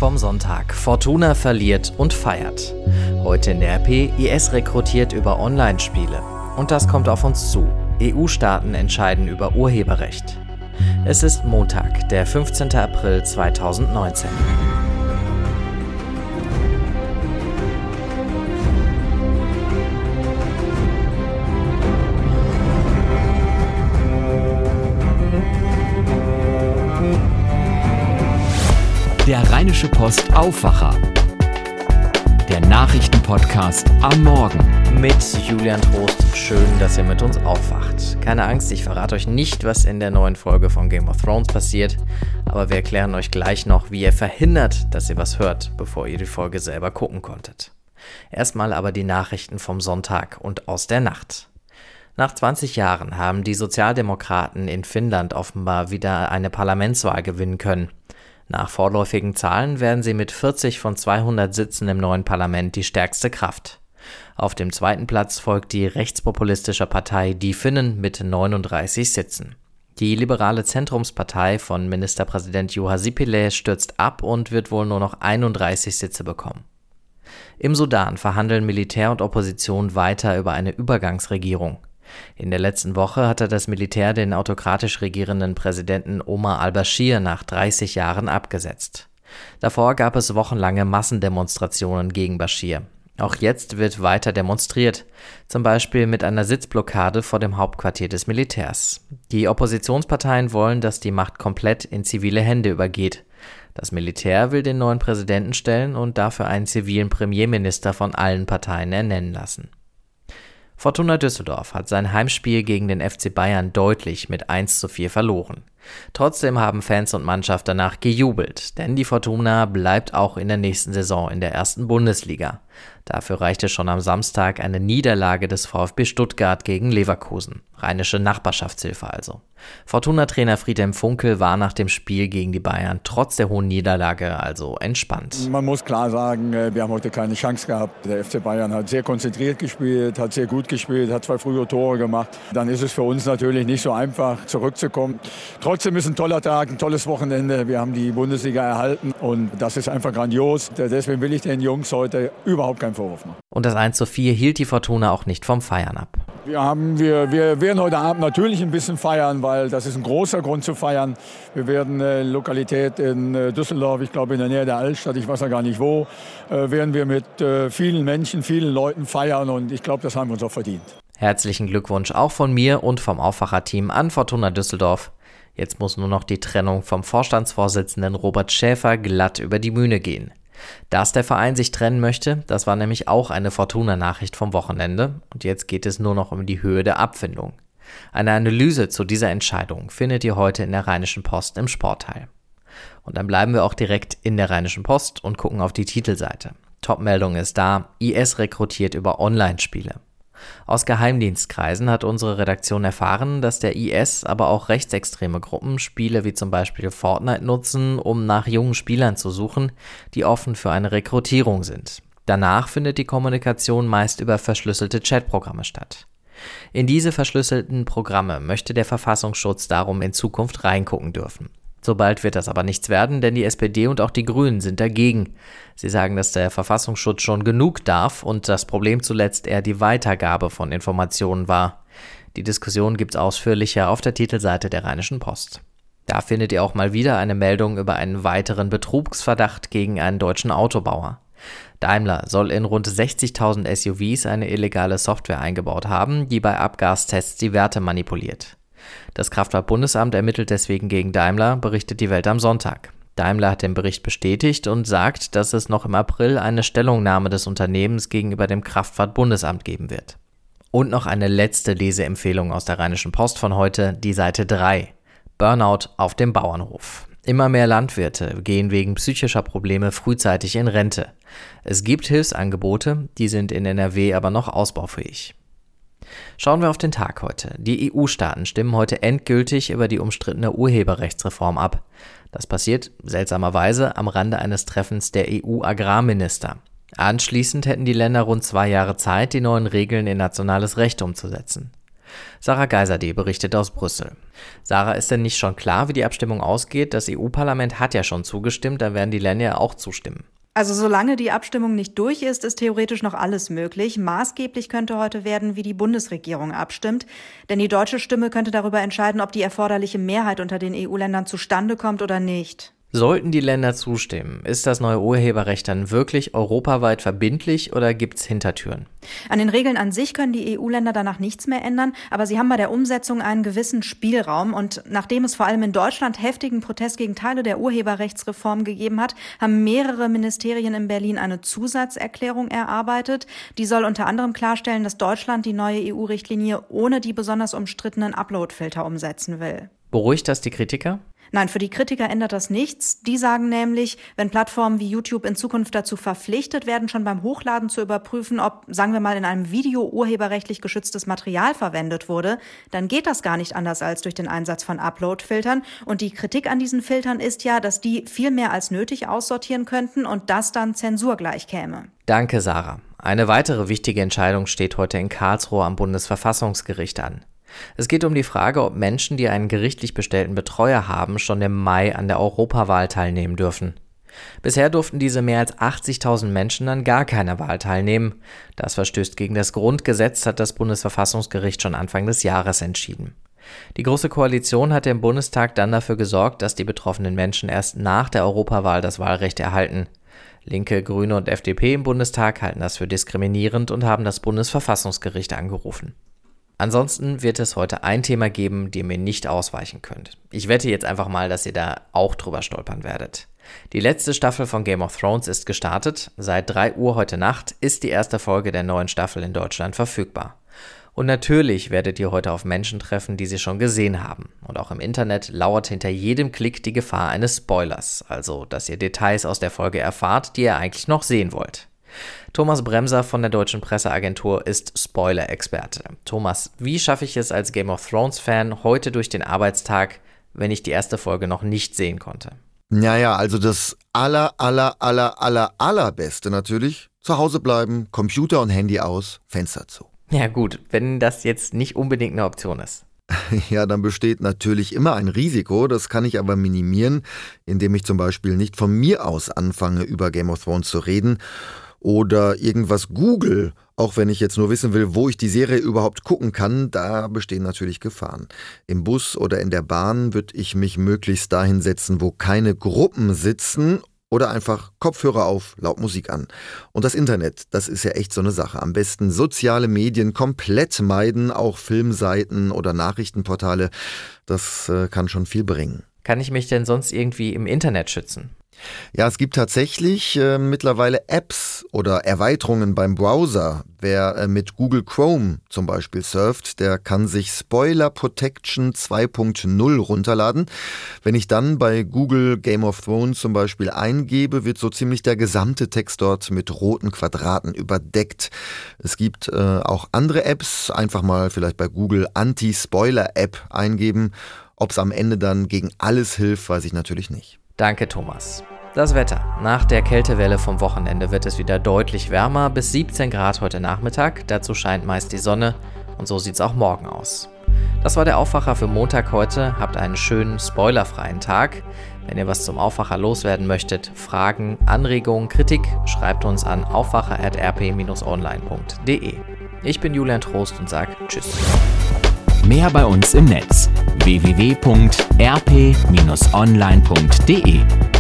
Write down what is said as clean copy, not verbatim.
vom Sonntag. Fortuna verliert und feiert. Heute in der RP, IS rekrutiert über Online-Spiele. Und das kommt auf uns zu. EU-Staaten entscheiden über Urheberrecht. Es ist Montag, der 15. April 2019. Der Rheinische Post Aufwacher. Der Nachrichtenpodcast am Morgen. Mit Julian Trost. Schön, dass ihr mit uns aufwacht. Keine Angst, ich verrate euch nicht, was in der neuen Folge von Game of Thrones passiert, aber wir erklären euch gleich noch, wie ihr verhindert, dass ihr was hört, bevor ihr die Folge selber gucken konntet. Erstmal aber die Nachrichten vom Sonntag und aus der Nacht. Nach 20 Jahren haben die Sozialdemokraten in Finnland offenbar wieder eine Parlamentswahl gewinnen können. Nach vorläufigen Zahlen werden sie mit 40 von 200 Sitzen im neuen Parlament die stärkste Kraft. Auf dem zweiten Platz folgt die rechtspopulistische Partei Die Finnen mit 39 Sitzen. Die liberale Zentrumspartei von Ministerpräsident Juha Sipilä stürzt ab und wird wohl nur noch 31 Sitze bekommen. Im Sudan verhandeln Militär und Opposition weiter über eine Übergangsregierung. In der letzten Woche hatte das Militär den autokratisch regierenden Präsidenten Omar al-Bashir nach 30 Jahren abgesetzt. Davor gab es wochenlange Massendemonstrationen gegen Bashir. Auch jetzt wird weiter demonstriert, zum Beispiel mit einer Sitzblockade vor dem Hauptquartier des Militärs. Die Oppositionsparteien wollen, dass die Macht komplett in zivile Hände übergeht. Das Militär will den neuen Präsidenten stellen und dafür einen zivilen Premierminister von allen Parteien ernennen lassen. Fortuna Düsseldorf hat sein Heimspiel gegen den FC Bayern deutlich mit 1:4 verloren. Trotzdem haben Fans und Mannschaft danach gejubelt, denn die Fortuna bleibt auch in der nächsten Saison in der ersten Bundesliga. Dafür reichte schon am Samstag eine Niederlage des VfB Stuttgart gegen Leverkusen. Rheinische Nachbarschaftshilfe also. Fortuna-Trainer Friedhelm Funkel war nach dem Spiel gegen die Bayern trotz der hohen Niederlage also entspannt. Man muss klar sagen, wir haben heute keine Chance gehabt. Der FC Bayern hat sehr konzentriert gespielt, hat sehr gut gespielt, hat 2 frühe Tore gemacht. Dann ist es für uns natürlich nicht so einfach, zurückzukommen. Trotzdem ist ein toller Tag, ein tolles Wochenende. Wir haben die Bundesliga erhalten und das ist einfach grandios. Deswegen will ich den Jungs heute überhaupt keinen Vorwurf machen. Und das 1:4 hielt die Fortuna auch nicht vom Feiern ab. Wir werden heute Abend natürlich ein bisschen feiern, weil das ist ein großer Grund zu feiern. Wir werden Lokalität in Düsseldorf, ich glaube in der Nähe der Altstadt, ich weiß ja gar nicht wo, werden wir mit vielen Menschen, vielen Leuten feiern und ich glaube, das haben wir uns auch verdient. Herzlichen Glückwunsch auch von mir und vom Aufwacherteam an Fortuna Düsseldorf. Jetzt muss nur noch die Trennung vom Vorstandsvorsitzenden Robert Schäfer glatt über die Bühne gehen. Dass der Verein sich trennen möchte, das war nämlich auch eine Fortuna-Nachricht vom Wochenende und jetzt geht es nur noch um die Höhe der Abfindung. Eine Analyse zu dieser Entscheidung findet ihr heute in der Rheinischen Post im Sportteil. Und dann bleiben wir auch direkt in der Rheinischen Post und gucken auf die Titelseite. Topmeldung ist da, IS rekrutiert über Online-Spiele. Aus Geheimdienstkreisen hat unsere Redaktion erfahren, dass der IS, aber auch rechtsextreme Gruppen Spiele wie zum Beispiel Fortnite nutzen, um nach jungen Spielern zu suchen, die offen für eine Rekrutierung sind. Danach findet die Kommunikation meist über verschlüsselte Chatprogramme statt. In diese verschlüsselten Programme möchte der Verfassungsschutz darum in Zukunft reingucken dürfen. So bald wird das aber nichts werden, denn die SPD und auch die Grünen sind dagegen. Sie sagen, dass der Verfassungsschutz schon genug darf und das Problem zuletzt eher die Weitergabe von Informationen war. Die Diskussion gibt's ausführlicher auf der Titelseite der Rheinischen Post. Da findet ihr auch mal wieder eine Meldung über einen weiteren Betrugsverdacht gegen einen deutschen Autobauer. Daimler soll in rund 60.000 SUVs eine illegale Software eingebaut haben, die bei Abgastests die Werte manipuliert. Das Kraftfahrtbundesamt ermittelt deswegen gegen Daimler, berichtet die Welt am Sonntag. Daimler hat den Bericht bestätigt und sagt, dass es noch im April eine Stellungnahme des Unternehmens gegenüber dem Kraftfahrtbundesamt geben wird. Und noch eine letzte Leseempfehlung aus der Rheinischen Post von heute, die Seite 3. Burnout auf dem Bauernhof. Immer mehr Landwirte gehen wegen psychischer Probleme frühzeitig in Rente. Es gibt Hilfsangebote, die sind in NRW aber noch ausbaufähig. Schauen wir auf den Tag heute. Die EU-Staaten stimmen heute endgültig über die umstrittene Urheberrechtsreform ab. Das passiert seltsamerweise am Rande eines Treffens der EU-Agrarminister. Anschließend hätten die Länder rund 2 Jahre Zeit, die neuen Regeln in nationales Recht umzusetzen. Sarah Geiserde berichtet aus Brüssel. Sarah, ist denn nicht schon klar, wie die Abstimmung ausgeht? Das EU-Parlament hat ja schon zugestimmt, dann werden die Länder ja auch zustimmen. Also solange die Abstimmung nicht durch ist theoretisch noch alles möglich. Maßgeblich könnte heute werden, wie die Bundesregierung abstimmt. Denn die deutsche Stimme könnte darüber entscheiden, ob die erforderliche Mehrheit unter den EU-Ländern zustande kommt oder nicht. Sollten die Länder zustimmen, ist das neue Urheberrecht dann wirklich europaweit verbindlich oder gibt's Hintertüren? An den Regeln an sich können die EU-Länder danach nichts mehr ändern, aber sie haben bei der Umsetzung einen gewissen Spielraum. Und nachdem es vor allem in Deutschland heftigen Protest gegen Teile der Urheberrechtsreform gegeben hat, haben mehrere Ministerien in Berlin eine Zusatzerklärung erarbeitet. Die soll unter anderem klarstellen, dass Deutschland die neue EU-Richtlinie ohne die besonders umstrittenen Upload-Filter umsetzen will. Beruhigt das die Kritiker? Nein, für die Kritiker ändert das nichts. Die sagen nämlich, wenn Plattformen wie YouTube in Zukunft dazu verpflichtet werden, schon beim Hochladen zu überprüfen, ob, sagen wir mal, in einem Video urheberrechtlich geschütztes Material verwendet wurde, dann geht das gar nicht anders als durch den Einsatz von Upload-Filtern. Und die Kritik an diesen Filtern ist ja, dass die viel mehr als nötig aussortieren könnten und das dann zensurgleich käme. Danke, Sarah. Eine weitere wichtige Entscheidung steht heute in Karlsruhe am Bundesverfassungsgericht an. Es geht um die Frage, ob Menschen, die einen gerichtlich bestellten Betreuer haben, schon im Mai an der Europawahl teilnehmen dürfen. Bisher durften diese mehr als 80.000 Menschen an gar keiner Wahl teilnehmen. Das verstößt gegen das Grundgesetz, hat das Bundesverfassungsgericht schon Anfang des Jahres entschieden. Die Große Koalition hatte im Bundestag dann dafür gesorgt, dass die betroffenen Menschen erst nach der Europawahl das Wahlrecht erhalten. Linke, Grüne und FDP im Bundestag halten das für diskriminierend und haben das Bundesverfassungsgericht angerufen. Ansonsten wird es heute ein Thema geben, dem ihr nicht ausweichen könnt. Ich wette jetzt einfach mal, dass ihr da auch drüber stolpern werdet. Die letzte Staffel von Game of Thrones ist gestartet. Seit 3 Uhr heute Nacht ist die erste Folge der neuen Staffel in Deutschland verfügbar. Und natürlich werdet ihr heute auf Menschen treffen, die sie schon gesehen haben. Und auch im Internet lauert hinter jedem Klick die Gefahr eines Spoilers, also dass ihr Details aus der Folge erfahrt, die ihr eigentlich noch sehen wollt. Thomas Bremser von der Deutschen Presseagentur ist Spoiler-Experte. Thomas, wie schaffe ich es als Game of Thrones-Fan heute durch den Arbeitstag, wenn ich die erste Folge noch nicht sehen konnte? Naja, also das allerbeste natürlich, zu Hause bleiben, Computer und Handy aus, Fenster zu. Ja gut, wenn das jetzt nicht unbedingt eine Option ist. Ja, dann besteht natürlich immer ein Risiko, das kann ich aber minimieren, indem ich zum Beispiel nicht von mir aus anfange, über Game of Thrones zu reden oder irgendwas google, auch wenn ich jetzt nur wissen will, wo ich die Serie überhaupt gucken kann, da bestehen natürlich Gefahren. Im Bus oder in der Bahn würde ich mich möglichst dahin setzen, wo keine Gruppen sitzen oder einfach Kopfhörer auf, laut Musik an. Und das Internet, das ist ja echt so eine Sache. Am besten soziale Medien komplett meiden, auch Filmseiten oder Nachrichtenportale, das kann schon viel bringen. Kann ich mich denn sonst irgendwie im Internet schützen? Ja, es gibt tatsächlich mittlerweile Apps oder Erweiterungen beim Browser. Wer mit Google Chrome zum Beispiel surft, der kann sich Spoiler Protection 2.0 runterladen. Wenn ich dann bei Google Game of Thrones zum Beispiel eingebe, wird so ziemlich der gesamte Text dort mit roten Quadraten überdeckt. Es gibt auch andere Apps, einfach mal vielleicht bei Google Anti-Spoiler-App eingeben. Ob es am Ende dann gegen alles hilft, weiß ich natürlich nicht. Danke, Thomas. Das Wetter. Nach der Kältewelle vom Wochenende wird es wieder deutlich wärmer, bis 17 Grad heute Nachmittag. Dazu scheint meist die Sonne und so sieht's auch morgen aus. Das war der Aufwacher für Montag heute. Habt einen schönen, spoilerfreien Tag. Wenn ihr was zum Aufwacher loswerden möchtet, Fragen, Anregungen, Kritik, schreibt uns an aufwacher@rp-online.de. Ich bin Julian Trost und sag Tschüss. Mehr bei uns im Netz: www.rp-online.de